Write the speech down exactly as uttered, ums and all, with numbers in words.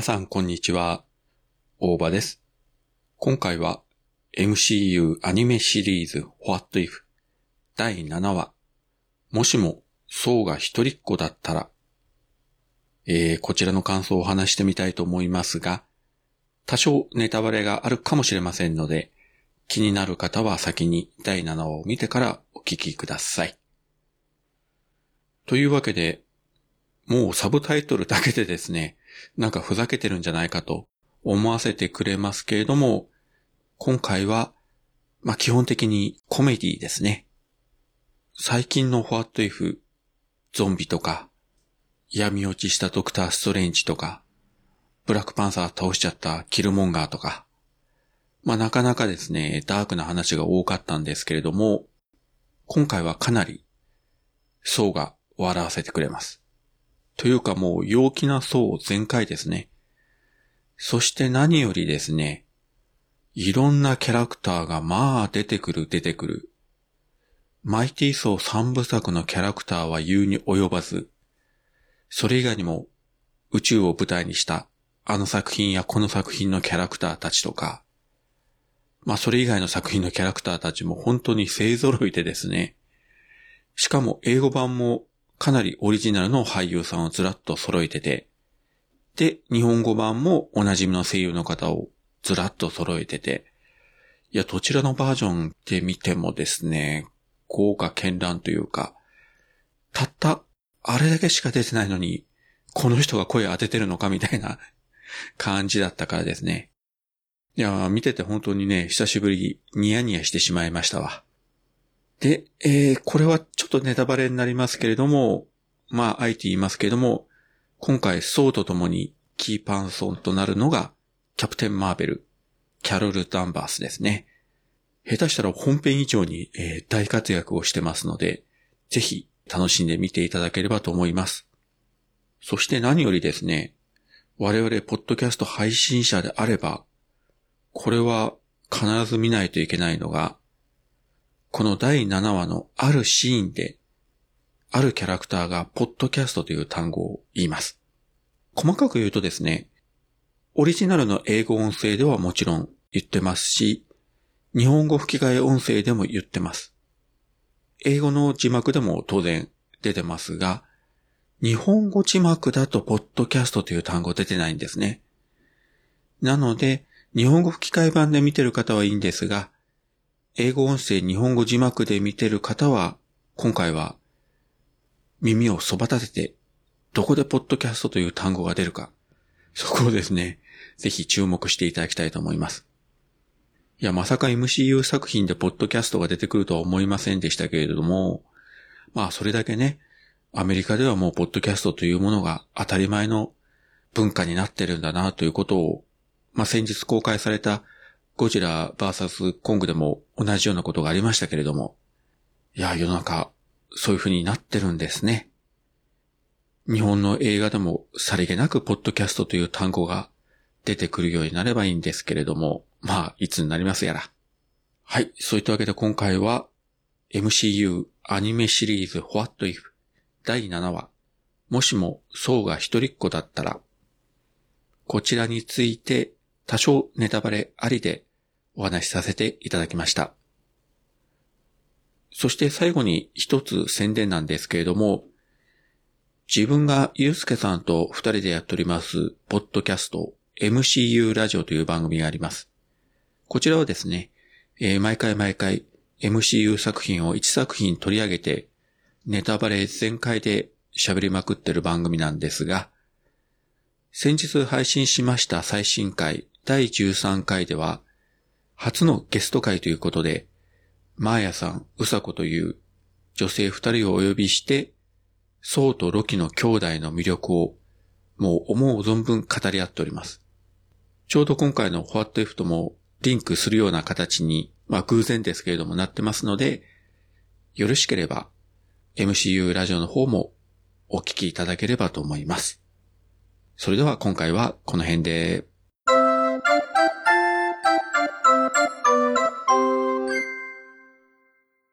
皆さんこんにちは、大場です。今回は エムシーユー アニメシリーズ What If だいななわ、もしもソウが一人っ子だったら、えー、こちらの感想を話してみたいと思いますが、多少ネタバレがあるかもしれませんので、気になる方は先にだいななわを見てからお聞きください。というわけで、もうサブタイトルだけでですね、なんかふざけてるんじゃないかと思わせてくれますけれども、今回は、まあ、基本的にコメディですね。最近の What If、ゾンビとか、闇落ちしたドクターストレンジとか、ブラックパンサー倒しちゃったキルモンガーとか、まあ、なかなかですね、ダークな話が多かったんですけれども、今回はかなり、ソウが笑わせてくれます。というかもう陽気なソウ全開ですね。そして何よりですね、いろんなキャラクターがまあ出てくる出てくる。マイティーソーさんぶさくのキャラクターは言うに及ばず、それ以外にも宇宙を舞台にしたあの作品やこの作品のキャラクターたちとか、まあそれ以外の作品のキャラクターたちも本当に勢揃いでですね、しかも英語版もかなりオリジナルの俳優さんをずらっと揃えてて、で、日本語版もおなじみの声優の方をずらっと揃えてて、いや、どちらのバージョンで見てもですね、豪華絢爛というか、たったあれだけしか出てないのに、この人が声当ててるのかみたいな感じだったからですね。いや、見てて本当にね、久しぶりにニヤニヤしてしまいましたわ。で、えー、これはちょっとネタバレになりますけれども、まあ、あえて言いますけれども、今回ソウと共にキーパーソンとなるのが、キャプテン・マーベル、キャロル・ダンバースですね。下手したら本編以上に、えー、大活躍をしてますので、ぜひ楽しんで見ていただければと思います。そして何よりですね、我々ポッドキャスト配信者であれば、これは必ず見ないといけないのが、このだいななわのあるシーンで、あるキャラクターがポッドキャストという単語を言います。細かく言うとですね、オリジナルの英語音声ではもちろん言ってますし、日本語吹き替え音声でも言ってます。英語の字幕でも当然出てますが、日本語字幕だとポッドキャストという単語出てないんですね。なので、日本語吹き替え版で見てる方はいいんですが、英語音声日本語字幕で見てる方は、今回は耳をそば立てて、どこでポッドキャストという単語が出るか、そこをですね、ぜひ注目していただきたいと思います。いや、まさか エムシーユー 作品でポッドキャストが出てくるとは思いませんでしたけれども、まあそれだけね、アメリカではもうポッドキャストというものが当たり前の文化になってるんだなということを、まあ先日公開されたゴジラ ブイエス コングでも同じようなことがありましたけれども、いや、世の中、そういう風になってるんですね。日本の映画でもさりげなくポッドキャストという単語が出てくるようになればいいんですけれども、まあ、いつになりますやら。はい、そういったわけで今回は エムシーユー アニメシリーズ What If だいななわ、もしもソウが一人っ子だったら、こちらについて多少ネタバレありでお話しさせていただきました。そして最後に一つ宣伝なんですけれども、自分がゆうすけさんと二人でやっておりますポッドキャスト エムシーユー ラジオという番組があります。こちらはですね、えー、毎回毎回 エムシーユー 作品をいちさく品取り上げてネタバレ全開で喋りまくってる番組なんですが、先日配信しました最新回だいじゅうさんかいでは初のゲスト回ということで、マーヤさん、ウサコという女性二人をお呼びして、ソウとロキの兄弟の魅力をもう思う存分語り合っております。ちょうど今回の What If ともリンクするような形に、まあ偶然ですけれどもなってますので、よろしければ エムシーユー ラジオの方もお聞きいただければと思います。それでは今回はこの辺で。